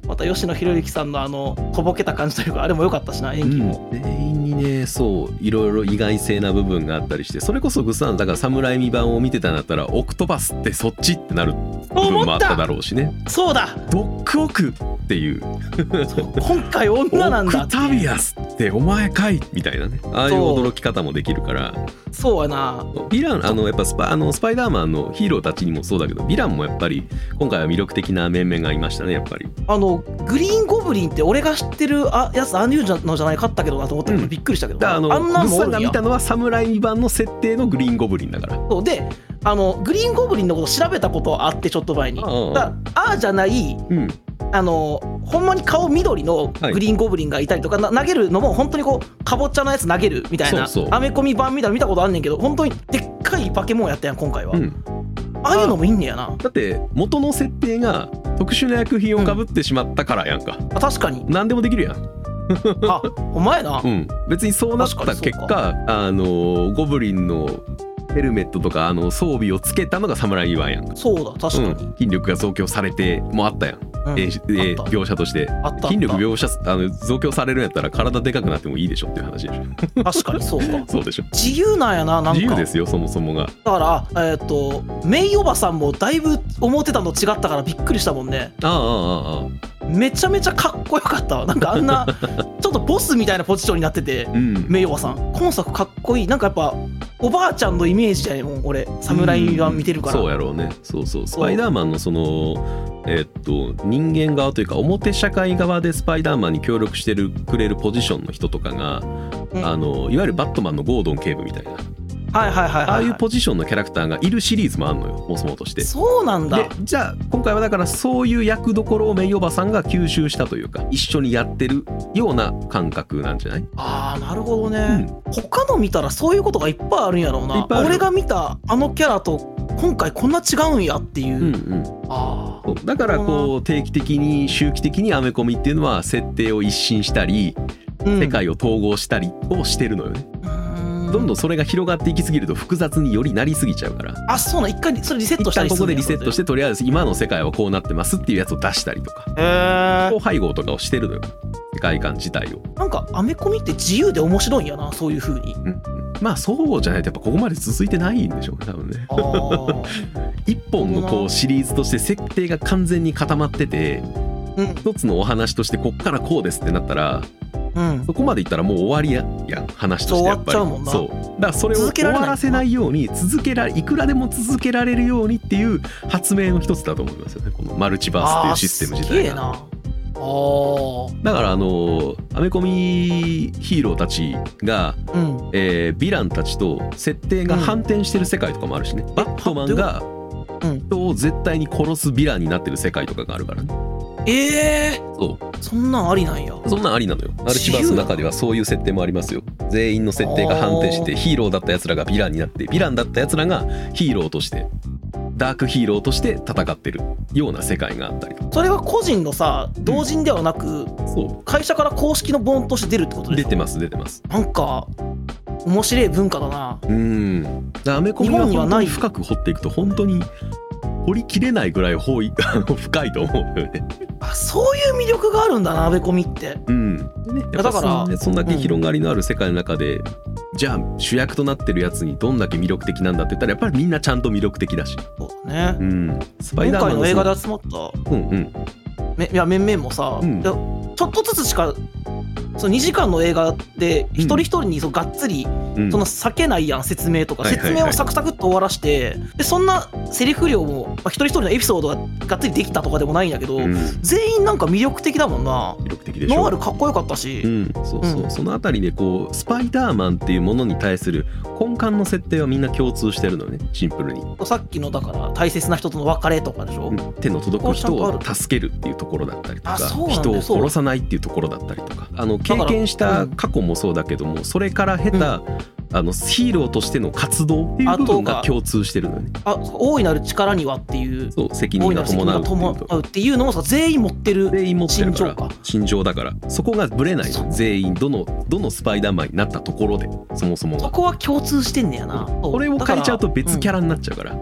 また吉野博之さんのとぼけた感じというか、あれも良かったしな、演技も、 全員にね、そういろいろ意外性な部分があったりして、それこそグッさんだから侍未版を見てたんだったらオクトパスってそっちってなる部分もあっただろうしね。 そうだ、 ドックオクっていう今回女なんだオクタビアスってお前かいみたいなね、ああいう驚き方もできるから。 そうやな。 ヴィランやっぱスパイダーマンのヒーローたちにもそうだけど、ヴィランもやっぱり今回は魅力的な面々がいましたね。やっぱりグリーンゴブリンって俺が知ってるやつああいうのじゃないかったけどなと思って、びっくりしたけど、 あんなのもおるんや。グッさんが見たのは侍版の設定のグリーンゴブリンだから。 そうで、グリーンゴブリンのこと調べたことあって、ちょっと前にああじゃない、ほんまに顔緑のグリーンゴブリンがいたりとか、投げるのも本当にこうかぼちゃのやつ投げるみたいなアメコミ版みたいな見たことあんねんけど、本当にでっかい化け物やったやん今回は、ああいうのもいいんねやな。 だって元の設定が特殊な薬品をかぶってしまったからやんか、 確かに何でもできるやんあ、お前な、 別にそうなった結果、ゴブリンのヘルメットとか装備をつけたのが侍ワンやんか。 そうだ、確かに、 筋力が増強されてもあったやん、描写として筋力増強されるんやったら体でかくなってもいいでしょっていう話でしょ。 確かにそうかそうでしょ、 自由なんやな。なんか自由ですよ、そもそもが。 だからメイおばさんもだいぶ思ってたの違ったからびっくりしたもんね。めちゃめちゃかっこよかったわ。なんかあんなちょっとボスみたいなポジションになってて、メイおばさん今作かっこいい。なんかやっぱおばあちゃんのイメージじゃねえもん俺、侍は見てるから。 そうやろうね。そうスパイダーマンのその人間側というか表社会側でスパイダーマンに協力してくれるポジションの人とかが、いわゆるバットマンのゴードン警部みたいな、ああいうポジションのキャラクターがいるシリーズもあるのよ、もそもとして。 そうなんだ。 でじゃあ今回はだからそういう役どころをメイおばさんが吸収したというか、一緒にやってるような感覚なんじゃない？ なるほどね、他の見たらそういうことがいっぱいあるんやろうな。俺が見たあのキャラと今回こんな違うんやっていう、 だからこう定期的に周期的にアメコミっていうのは設定を一新したり、世界を統合したりをしてるのよね。どんどんそれが広がっていきすぎると複雑によりなりすぎちゃうから。そうな、 一回それリセットしたりするんだ。 一旦ここでリセットして、とりあえず今の世界はこうなってますっていうやつを出したりとか、配合とかをしてるのよ、世界観自体を。 なんかアメコミって自由で面白いんやな、そういう風に。 まあそうじゃないとやっぱここまで続いてないんでしょうね、多分ね。一本のこうシリーズとして設定が完全に固まってて、一つのお話としてこっからこうですってなったら、そこまでいったらもう終わりやん、話としてやっぱり。そうだからそれを終わらせないようにいくらでも続けられるようにっていう発明の一つだと思いますよね、このマルチバースっていうシステム自体が。だからアメコミヒーローたちが、ヴィランたちと設定が反転してる世界とかもあるしね、バットマンが人を絶対に殺すヴィランになってる世界とかがあるからね。そんなんありなんや。そんなんありなのよ。マルチバースの中ではそういう設定もありますよ。全員の設定が反転して、ヒーローだったやつらがヴィランになって、ヴィランだったやつらがヒーローとして、ダークヒーローとして戦ってるような世界があったり。それは個人のさ、同人ではなく、会社から公式の本として出るってことですか？出てます。なんか面白い文化だな。アメコミは本当に深く掘っていくと本当に掘りきれないぐらい深いと思うよね。そういう魅力があるんだな、アメコミって。だからそんだけ広がりのある世界の中で、じゃあ主役となってるやつにどんだけ魅力的なんだって言ったら、やっぱりみんなちゃんと魅力的だし。そうだね。スパイダーマン今回の映画で集まった面々もさ、ちょっとずつしかその2時間の映画で一人一人にがっつりその避けないやん、説明とか説明をサクサクっと終わらして、でそんなセリフ量も一人一人のエピソードががっつりできたとかでもないんだけど、全員なんか魅力的だもんな。魅力的でしょ。ノワールかっこよかったし、そのあたりでこうスパイダーマンっていうものに対する根幹の設定はみんな共通してるのね、シンプルに。さっきのだから大切な人との別れとかでしょ、手の届く人を助けるっていうところだったりとか、人を殺さないっていうところだったりとか、経験した過去もそうだけども、それから経たヒーローとしての活動っていう部分が共通してるのよね。大いなる力にはっていう、そう責任が伴うっていうのもさ、全員持ってる心情だから、そこがブレないの。全員どのスパイダーマンになったところでそもそもがそこは共通してんねやな。これを変えちゃうと別キャラになっちゃうから、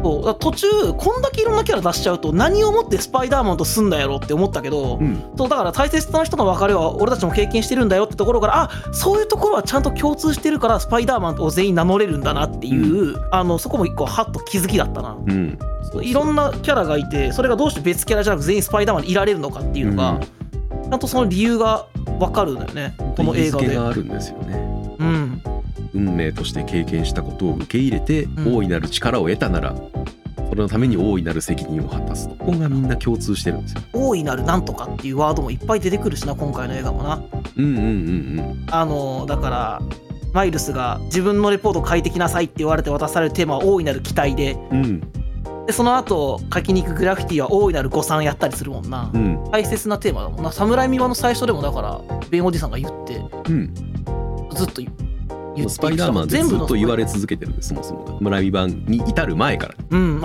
そうだ途中こんだけいろんなキャラ出しちゃうと何をもってスパイダーマンとすんだやろって思ったけど、そうだから大切な人の別れは俺たちも経験してるんだよってところから、そういうところはちゃんと共通してるからスパイダーマンを全員名乗れるんだなっていう、そこも一個ハッと気づきだったな。いろんなキャラがいて、それがどうして別キャラじゃなく全員スパイダーマンにいられるのかっていうのが、ちゃんとその理由が分かるんだよね、この映画で。 意義付けがあるんですよね。運命として経験したことを受け入れて、大いなる力を得たならそれのために大いなる責任を果たす。ここがみんな共通してるんですよ。 大いなるなんとかっていうワードもいっぱい出てくるしな、今回の映画もな。だからマイルスが自分のレポートを書いてきなさいって言われて渡されるテーマは大いなる期待で、でその後書きに行くグラフィティは大いなる誤算やったりするもんな、大切なテーマだもんな。侍ミワの最初でもだからベンおじさんが言って、ずっとスパイダーマンでずっと言われ続けてるんです。そもそもが村見版に至る前から、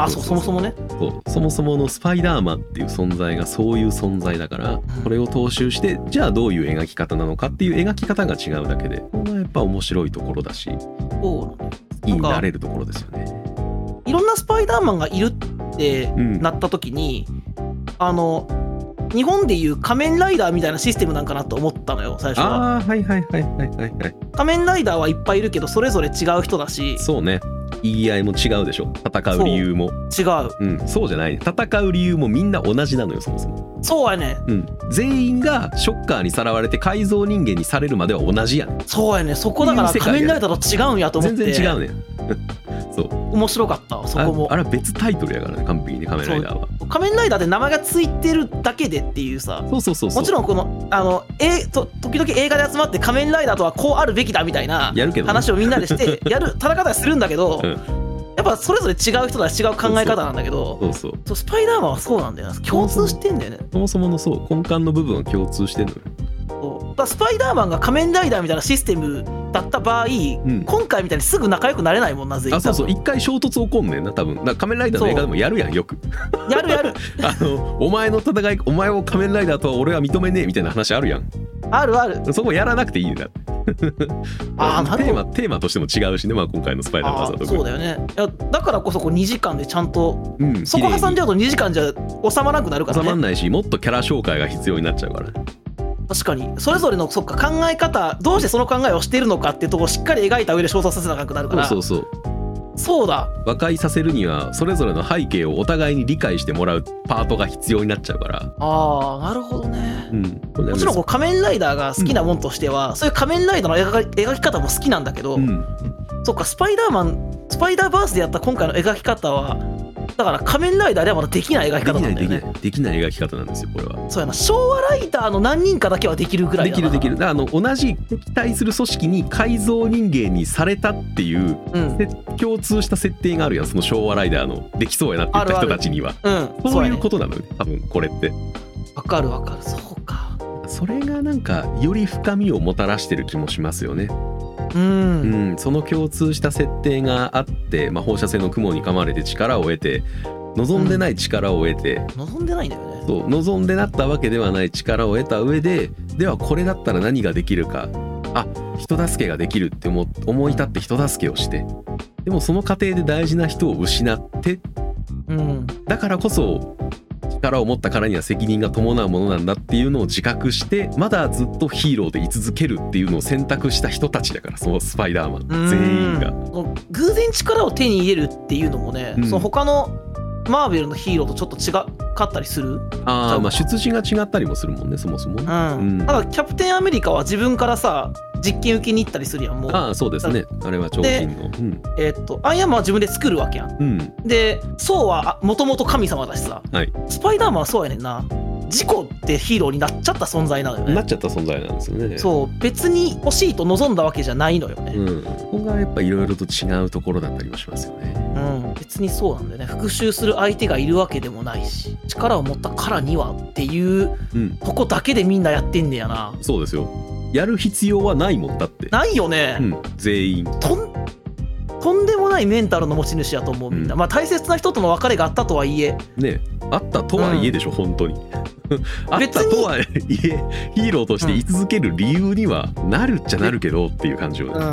そもそもね、 そもそものスパイダーマンっていう存在がそういう存在だから、これを踏襲してじゃあどういう描き方なのかっていう描き方が違うだけで、これはやっぱ面白いところだし、好きになれるところですよね。 いろんなスパイダーマンがいるってなった時に、日本でいう仮面ライダーみたいなシステムなんかなと思ったのよ、最初は。仮面ライダーはいっぱいいるけどそれぞれ違う人だし。 そうね、言い合いも違うでしょ、戦う理由も違う。 そうじゃない、戦う理由もみんな同じなのよ、そもそも。 そうやね、 全員がショッカーにさらわれて改造人間にされるまでは同じやん。 そうやね、そこだから仮面ライダーと違うんやと思って。 全然違うねそう面白かった、そこも。 あれは別タイトルやからね、完璧に仮面ライダーは。 仮面ライダーって名前がついてるだけでっていうさ。 そうもちろんこの時々映画で集まって仮面ライダーとはこうあるべきだみたいな話をみんなでしてやる戦い方するんだけど、やっぱそれぞれ違う人だし違う考え方なんだけど、スパイダーマンはそうなんだよな、共通してんだよね。 そもそもの根幹の部分は共通してんのよ。 スパイダーマンが仮面ライダーみたいなシステムだった場合、今回みたいにすぐ仲良くなれないもんな、全員。 一回衝突起こんねんな、多分。仮面ライダーの映画でもやるやん、よく。 やるお前の戦い、お前を仮面ライダーとは俺は認めねえみたいな話あるやん。 ある。 そこやらなくていいんだ。テーマとしても違うしね、今回のスパイダーマンさんと。 そうだよね。だからこそ2時間でちゃんと、そこ挟んじゃうと2時間じゃ収まらなくなるからね。 収まんないし、もっとキャラ紹介が必要になっちゃうから。 確かにそれぞれの考え方、どうしてその考えをしているのかっていうところをしっかり描いた上で衝突させなくなるから。そうだ、 和解させるにはそれぞれの背景をお互いに理解してもらうパートが必要になっちゃうから。 なるほどね。もちろん仮面ライダーが好きなもんとしては、そういう仮面ライダーの描き方も好きなんだけど、そっか、スパイダーバースでやった今回の描き方はだから仮面ライダーではまだできない描き方なんだよね。 できない描き方なんですよ、これは。 そうやな、昭和ライダーの何人かだけはできるぐらいだな。 できる。同じ敵対する組織に改造人間にされたっていう、共通した設定があるやん、その昭和ライダーのできそうやなって言った人たちには。そういうことなのよね、多分これって。 わかる、そうか。 それがなんかより深みをもたらしてる気もしますよね。その共通した設定があって、放射線の雲に噛まれて力を得て、望んでない力を得て、 望んでないんだよね。 そう、望んでなったわけではない力を得た上で、ではこれだったら何ができるか、人助けができるって思い立って人助けをして、でもその過程で大事な人を失って、だからこそ力を持ったからには責任が伴うものなんだっていうのを自覚して、まだずっとヒーローで居続けるっていうのを選択した人たちだから、そのスパイダーマン全員が偶然力を手に入れるっていうのもね、その他のマーベルのヒーローとちょっと違かったりする。 出自が違ったりもするもんね、そもそも。ただキャプテンアメリカは自分からさ実験受けに行ったりするやん。もうそうですね、あれは超人の。アイアンマンは自分で作るわけやん。でソーはもともと神様だしさ、スパイダーマンはそうやねんな、事故ってヒーローになっちゃった存在なのよね。 なっちゃった存在なんですよね。 そう、別に欲しいと望んだわけじゃないのよね。 ここがやっぱいろいろと違うところだったりもしますよね。 別にそうなんだよね。復讐する相手がいるわけでもないし、力を持ったからにはっていう、ここだけでみんなやってんねやな。 そうですよ、やる必要はないもんだって。 ないよね、 全員とんでもないメンタルの持ち主やと思う、みんな。大切な人との別れがあったとはいえね、あったとはいえでしょ、本当にあったとはいえヒーローとして居続ける理由にはなるっちゃなるけどっていう感じよね。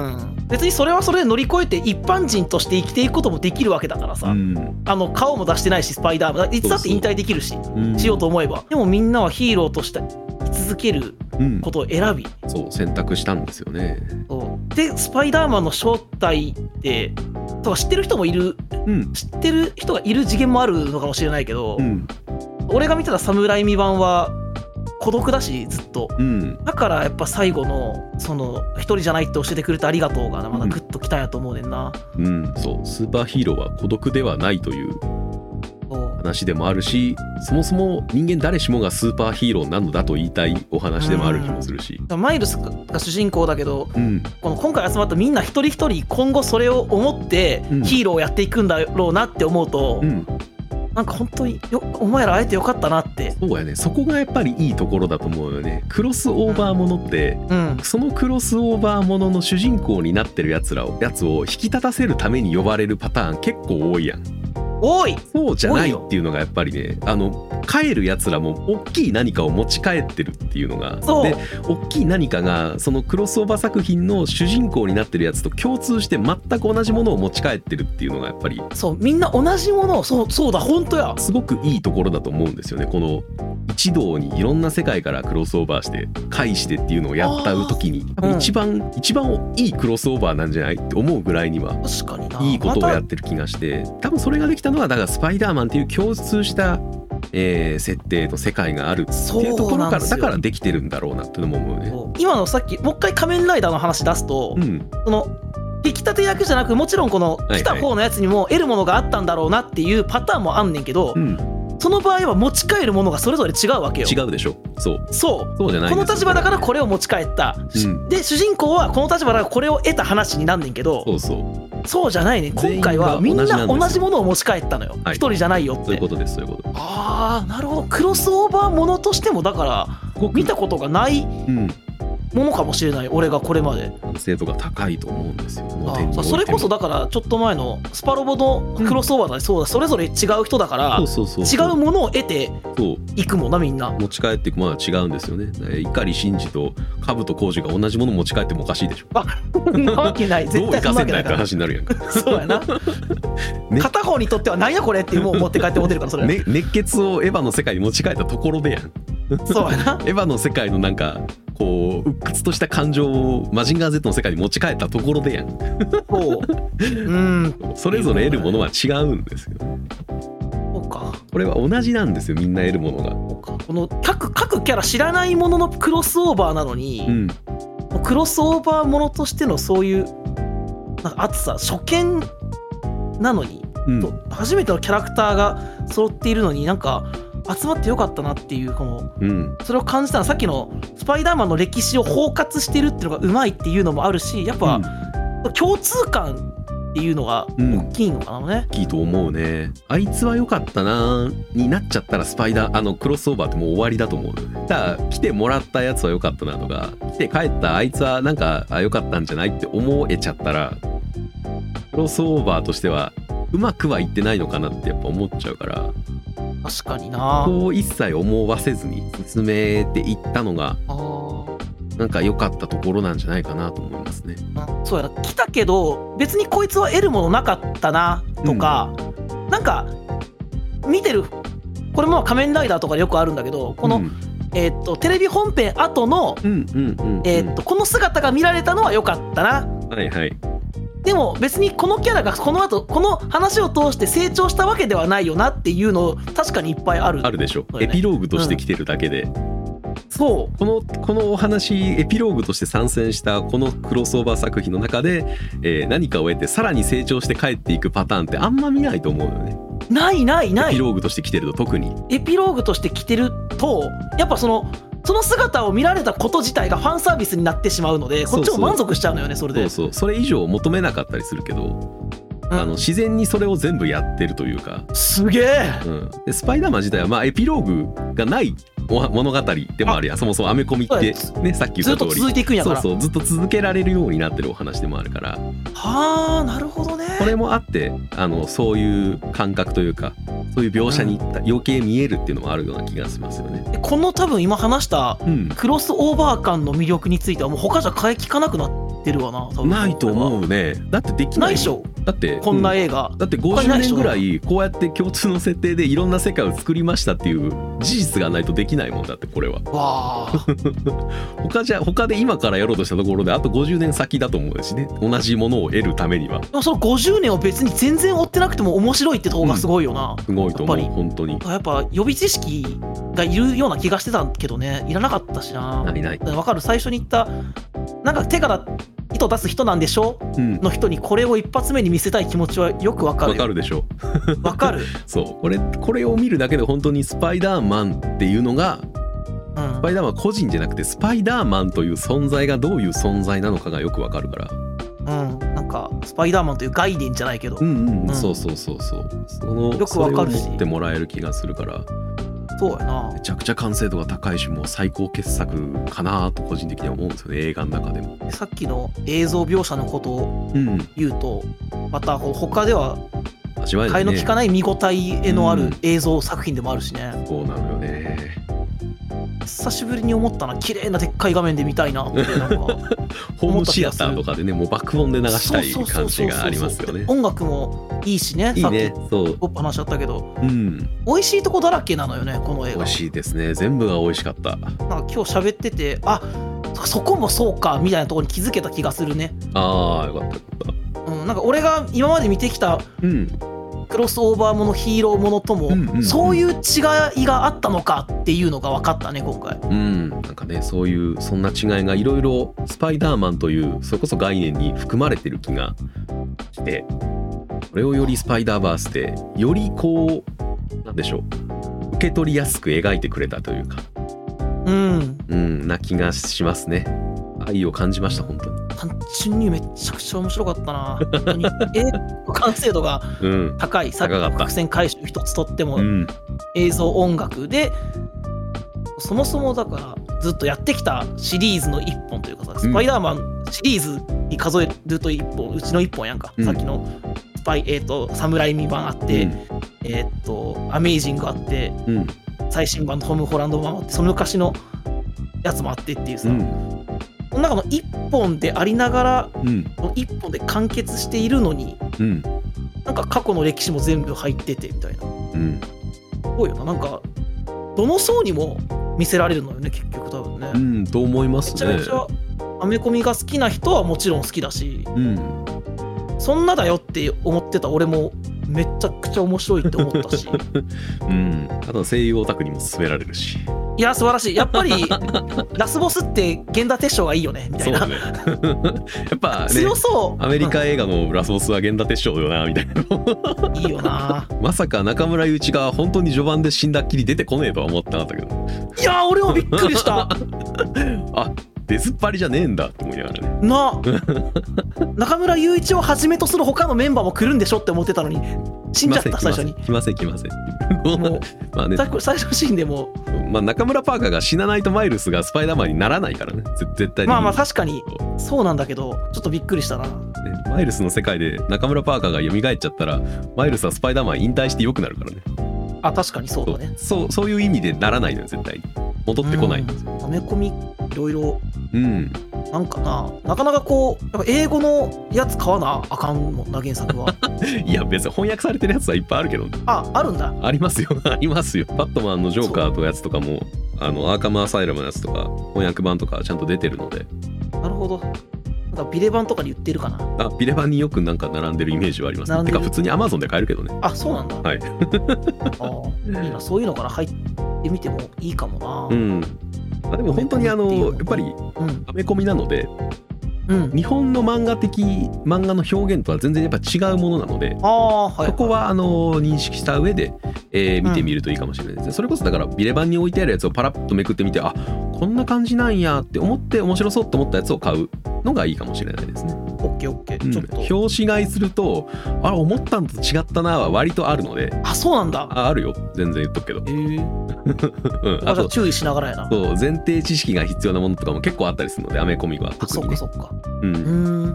別にそれはそれで乗り越えて一般人として生きていくこともできるわけだからさ、顔も出してないしスパイダーマンいつだって引退できるし、しようと思えば。でもみんなはヒーローとして生き続けることを選び、 そう選択したんですよね。 そうでスパイダーマンの正体ってとか知ってる人もいる、知ってる人がいる次元もあるのかもしれないけど、俺が見てた侍未版は孤独だしずっと、だからやっぱ最後のその一人じゃないって教えてくれてありがとうがまだグッときたんやと思うねんな。 そうスーパーヒーローは孤独ではないという話でもあるし、そもそも人間誰しもがスーパーヒーローなのだと言いたいお話でもある気もするし、 マイルスが主人公だけど、この今回集まったみんな一人一人今後それを思ってヒーローをやっていくんだろうなって思うと、なんか本当にお前ら会えてよかったなって。 そうやね、そこがやっぱりいいところだと思うよね。クロスオーバーものって、そのクロスオーバーものの主人公になってるやつを引き立たせるために呼ばれるパターン結構多いやん。 多い。 そうじゃないっていうのがやっぱりね、帰るやつらも大きい何かを持ち帰ってるっていうのが、で大きい何かがそのクロスオーバー作品の主人公になってるやつと共通して全く同じものを持ち帰ってるっていうのがやっぱり、 そうみんな同じものを、そうだ本当や、 すごくいいところだと思うんですよね。この一堂にいろんな世界からクロスオーバーして返してっていうのをやった時に一番いいクロスオーバーなんじゃないって思うぐらいには、 確かにないいことをやってる気がして、多分それができたのはだからスパイダーマンっていう共通した設定と世界があるっていうところからだからできてるんだろうなっていうのも思うね。 今のさっきもう一回仮面ライダーの話出すと、その引き立て役じゃなくもちろんこの来た方のやつにも得るものがあったんだろうなっていうパターンもあんねんけど、その場合は持ち帰るものがそれぞれ違うわけよ。 違うでしょ。そうじゃない。 この立場だからこれを持ち帰った、で主人公はこの立場だからこれを得た話になんねんけど、そうじゃないね。今回はみんな同じものを持ち帰ったのよ。一人じゃないよって。 そういうことです、そういうこと。 ああなるほど。クロスオーバーものとしてもだから見たことがないものかもしれない。俺がこれまで精度が高いと思うんですよ。 それこそだからちょっと前のスパロボのクロスオーバーだ、そうだ、それぞれ違う人だから違うものを得ていくもんな。みんな持ち帰っていくものは違うんですよね。碇シンジと兜浩二が同じもの持ち帰ってもおかしいでしょ。 なわけない。絶対どう生かせんないって話になるやんか。 そうやな、片方にとってはなんやこれっていうものを持って帰って持てるからそれ、 熱血をエヴァの世界に持ち帰ったところでやん。 そうやな。 エヴァの世界のなんかこう鬱屈とした感情をマジンガー Z の世界に持ち帰ったところでやん。それぞれ得るものは違うんですよ。 そうか。 これは同じなんですよ、みんな得るものが。 そうか。この各キャラ知らないもののクロスオーバーなのに、クロスオーバーものとしてのそういうなんか熱さ、初見なのに、初めてのキャラクターが揃っているのになんか集まってよかったなっていう、この、それを感じたのはさっきのスパイダーマンの歴史を包括してるっていうのがうまいっていうのもあるし、やっぱ、共通感っていうのが大きいのかなね。 大きいと思うね。あいつは良かったなになっちゃったらスパイダークロスオーバーってもう終わりだと思う。だから来てもらったやつは良かったなとか、来て帰ったあいつはなんか良かったんじゃないって思えちゃったら、クロスオーバーとしてはうまくはいってないのかなってやっぱ思っちゃうから。 確かにな。 こう一切思わせずに進めていったのがなんか良かったところなんじゃないかなと思いますね。 そうやな。来たけど別にこいつは得るものなかったなとか、なんか見てる、これも仮面ライダーとかでよくあるんだけど、この、テレビ本編後のこの姿が見られたのは良かったな。でも別にこのキャラがこの後この話を通して成長したわけではないよなっていうの確かにいっぱいあるでしょ。エピローグとして来てるだけで、 そうこのお話エピローグとして参戦したこのクロスオーバー作品の中で、何かを得てさらに成長して帰っていくパターンってあんま見ないと思うよね。 ないエピローグとして来てると。特にエピローグとして来てるとやっぱその姿を見られたこと自体がファンサービスになってしまうので、こっちも満足しちゃうのよね。それでそれ以上求めなかったりするけど、自然にそれを全部やってるというか。 すげえ、 でスパイダーマン自体はエピローグがない物語でもあるやん。そもそもアメコミってね、さっき言った通りずっと続いていくんやから。 ずっと続けられるようになってるお話でもあるから。 はあ、なるほどね。 これもあってそういう感覚というかそういう描写に余計見えるっていうのもあるような気がしますよね。 この多分今話したクロスオーバー感の魅力についてはもう他じゃ買い聞かなくなってるわな。多分ないと思うね。だってできないでしょ。だってこんな映画、 だって50年ぐらいこうやって共通の設定でいろんな世界を作りましたっていう事実がないとできないもんだって、これは。 わ他で今からやろうとしたところであと50年先だと思うしね、同じものを得るためには。 でもその50年を別に全然追ってなくても面白いってとこがすごいよな、 すごいと思う。本当にやっぱ予備知識がいるような気がしてたけどね、いらなかったしな。 ない分かる。最初に言ったなんか手から糸出す人なんでしょ、の人にこれを一発目に見せたい気持ちはよくわかる。 わかるでしょ。 わかる。 そうこれを見るだけで本当にスパイダーマンっていうのが、スパイダーマン個人じゃなくてスパイダーマンという存在がどういう存在なのかがよくわかるから。 なんかスパイダーマンという概念じゃないけど、 そうそのよくわかるし、それを持ってもらえる気がするから。 そうやな。 めちゃくちゃ完成度が高いし、もう最高傑作かなと個人的には思うんですよね、映画の中でも。 さっきの映像描写のことを言うと、また他では替えの利かない見応えのある映像作品でもあるしね。 そうなのよね。 久しぶりに思ったな、綺麗なでっかい画面で見たいなって。なんかホームシアターとかでね、もう爆音で流したい感じがありますよね。 音楽もいいしね。さっきポップ話しちゃったけど、美味しいとこだらけなのよね、この映画。 美味しいですね。全部が美味しかった。 なんか今日喋ってて、そこもそうかみたいなところに気づけた気がするね。 よかったよかった。 なんか俺が今まで見てきた、クロスオーバーものヒーローものとも、そういう違いがあったのかっていうのが分かったね、今回。 なんかね、そんな違いがいろいろスパイダーマンというそれこそ概念に含まれてる気がして、これをよりスパイダーバースでよりこうなんでしょう、受け取りやすく描いてくれたというか、な気がしますね。愛を感じました、本当に。 単純にめちゃくちゃ面白かったな。本当に完成度が高い。さっきの伏線回収一つとっても、映像音楽で、そもそもだからずっとやってきたシリーズの一本というかさ、スパイダーマンシリーズに数えると一本、うちの一本やんか。さっきのサムライミ版あって、アメイジングあって、最新版のトム・ホランド版あって、その昔のやつもあってっていうさ、この中の一本でありながら、一本で完結しているのに、なんか過去の歴史も全部入っててみたいな。すごいよな。なんかどの層にも見せられるのよね、結局多分ね。 と思いますね。 めちゃめちゃアメコミが好きな人はもちろん好きだし、そんなだよって思ってた俺もめちゃくちゃ面白いって思ったしあと声優オタクにも勧められるし。 いや素晴らしい。やっぱりラスボスって源田鉄章がいいよねみたいな。 そうねやっぱ、ね、 強そう。 アメリカ映画のラスボスは源田鉄章よなみたいな。 いいよな。 まさか中村雄一が本当に序盤で死んだっきり出てこねえとは思ってなかったけど。 いや俺もびっくりした出ずっぱりじゃねえんだって思いながらね。 中村雄一をはじめとする他のメンバーも来るんでしょって思ってたのに死んじゃった。最初に来ませんもうまあ、ね、最初のシーンでも中村パーカーが死なないとマイルスがスパイダーマンにならないからね、絶対に。 まあ確かにそうなんだけど、ちょっとびっくりしたな、ね、 マイルスの世界で中村パーカーが蘇っちゃったらマイルスはスパイダーマン引退してよくなるからね。 確かにそうだね。 そういう意味でならないのよ、絶対に戻ってこないんですよ。 アメコミいろいろなんかなかなかこうやっぱ英語のやつ買わなあかんもんな、原作は。 いや別に翻訳されてるやつはいっぱいあるけど。 あるんだ。 ありますよありますよ。バットマンのジョーカーとやつとかもアーカムアサイラムのやつとか翻訳版とかちゃんと出てるので。 なるほど。なんかビレ版とかに売ってるかな。 ビレ版によくなんか並んでるイメージはありますね。てか普通に Amazon で買えるけどね。 そうなんだ。 はいいいな、そういうのから入ってみてもいいかもな。 でも本当にやっぱりアメコミなので、日本の漫画の表現とは全然やっぱ違うものなので、そこは認識した上で、見てみるといいかもしれないですね。それこそだからビレ版に置いてあるやつをパラッとめくってみて、こんな感じなんやって思って面白そうと思ったやつを買うのがいいかもしれないですね。 オッケー、ちょっと表紙買いすると思ったのと違ったなは割とあるので。 そうなんだ。 あるよ、全然言っとくけど。 あと注意しながらやな。 そう、前提知識が必要なものとかも結構あったりするので、アメコミは特にね。 そっか。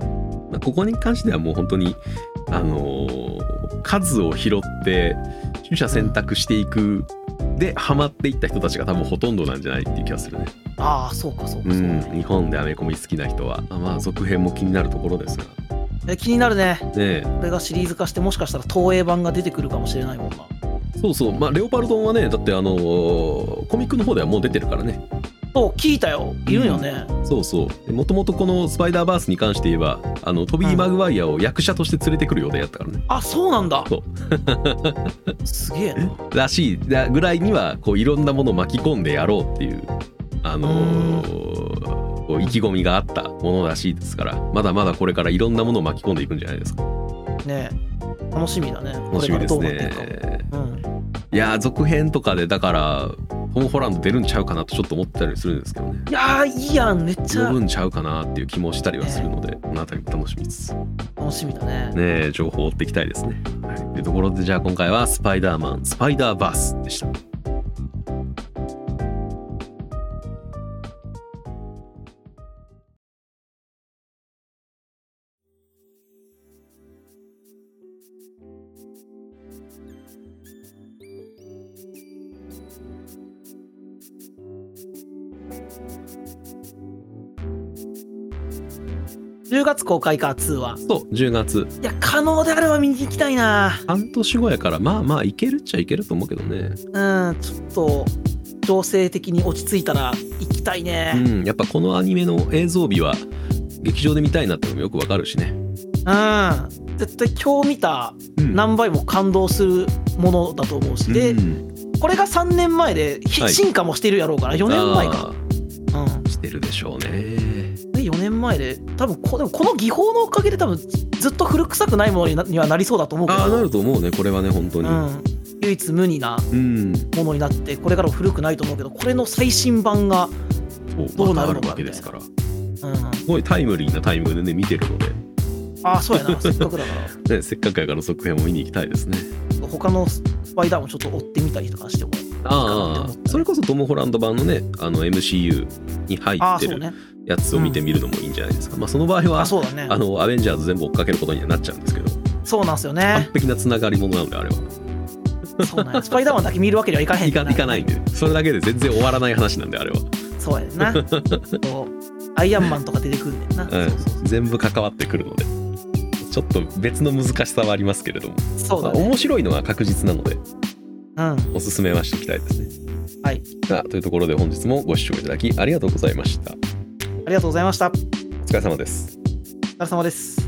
ここに関してはもう本当に数を拾って取捨選択していくでハマっていった人たちが多分ほとんどなんじゃないっていう気がするね。 ああ、そうかそうかうそうか、 ん、日本でアメコミ好きな人はまあ続編も気になるところですが、 気になるね。 ねえ、 これがシリーズ化してもしかしたら東映版が出てくるかもしれないもんな。 そうそう、まあレオパルドンはね、だってコミックの方ではもう出てるからね。 そう聞いたよ、いるんよね、 そうそう。もともとこのスパイダーバースに関して言えばトビー・マグワイアを役者として連れてくる予定やったからね。 あ、そうなんだ。 そうすげえな。 らしいぐらいにはこういろんなものを巻き込んでやろうっていうこう意気込みがあったものらしいですから、まだまだこれからいろんなものを巻き込んでいくんじゃないですかね。楽しみだね。 楽しみですね。いや続編とかでだからトム・ホランド出るんちゃうかなとちょっと思ったりするんですけどね。 いやー、いいやん、めっちゃ呼ぶんちゃうかなっていう気もしたりはするので、このあたりも楽しみです。 楽しみだね。 ね、情報を追っていきたいですね。はい、というところでじゃあ今回はスパイダーマンスパイダーバースでした。 10月公開か、2は。 そう、10月。 いや、可能であれば見に行きたいな。 半年後やから、まあまあいけるっちゃいけると思うけどね。 ちょっと情勢的に落ち着いたら行きたいね。 やっぱこのアニメの映像美は劇場で見たいなってのもよくわかるしね。 絶対今日見た何倍も感動するものだと思うし、でこれが3年前で進化もしてるやろうから、4年前か。 してるでしょうね。 で4年前で多分でもこの技法のおかげで多分ずっと古臭くないものにはなりそうだと思うけど。 なると思うね、これはね、本当に、 唯一無二なものになってこれからも古くないと思うけど、これの最新版がどうなるのかわけですから、すごいタイムリーなタイミングでね見てるので。 そうやな、せっかくだからね、せっかくやから続編も見に行きたいですね。 他のスパイダーもちょっと追ってみたりとかしてもそれこそトム・ホランド版のねMCU に入ってるやつを見てみるのもいいんじゃないですか。その場合はそうだね、 アベンジャーズ全部追っかけることにはなっちゃうんですけど。 そうなんですよね。 完璧なつながりものなんであれは。 そうなんや、スパイダーマンだけ見るわけにはいかへんいかないんで、それだけで全然終わらない話なんであれは。 そうやなアイアンマンとか出てくるんだよな、 全部関わってくるのでちょっと別の難しさはありますけれども、 そうだね、 面白いのは確実なので、おすすめはしておきたいですね。 はい。 というところで本日もご視聴いただきありがとうございました。 ありがとうございました。 お疲れ様です。 お疲れ様です。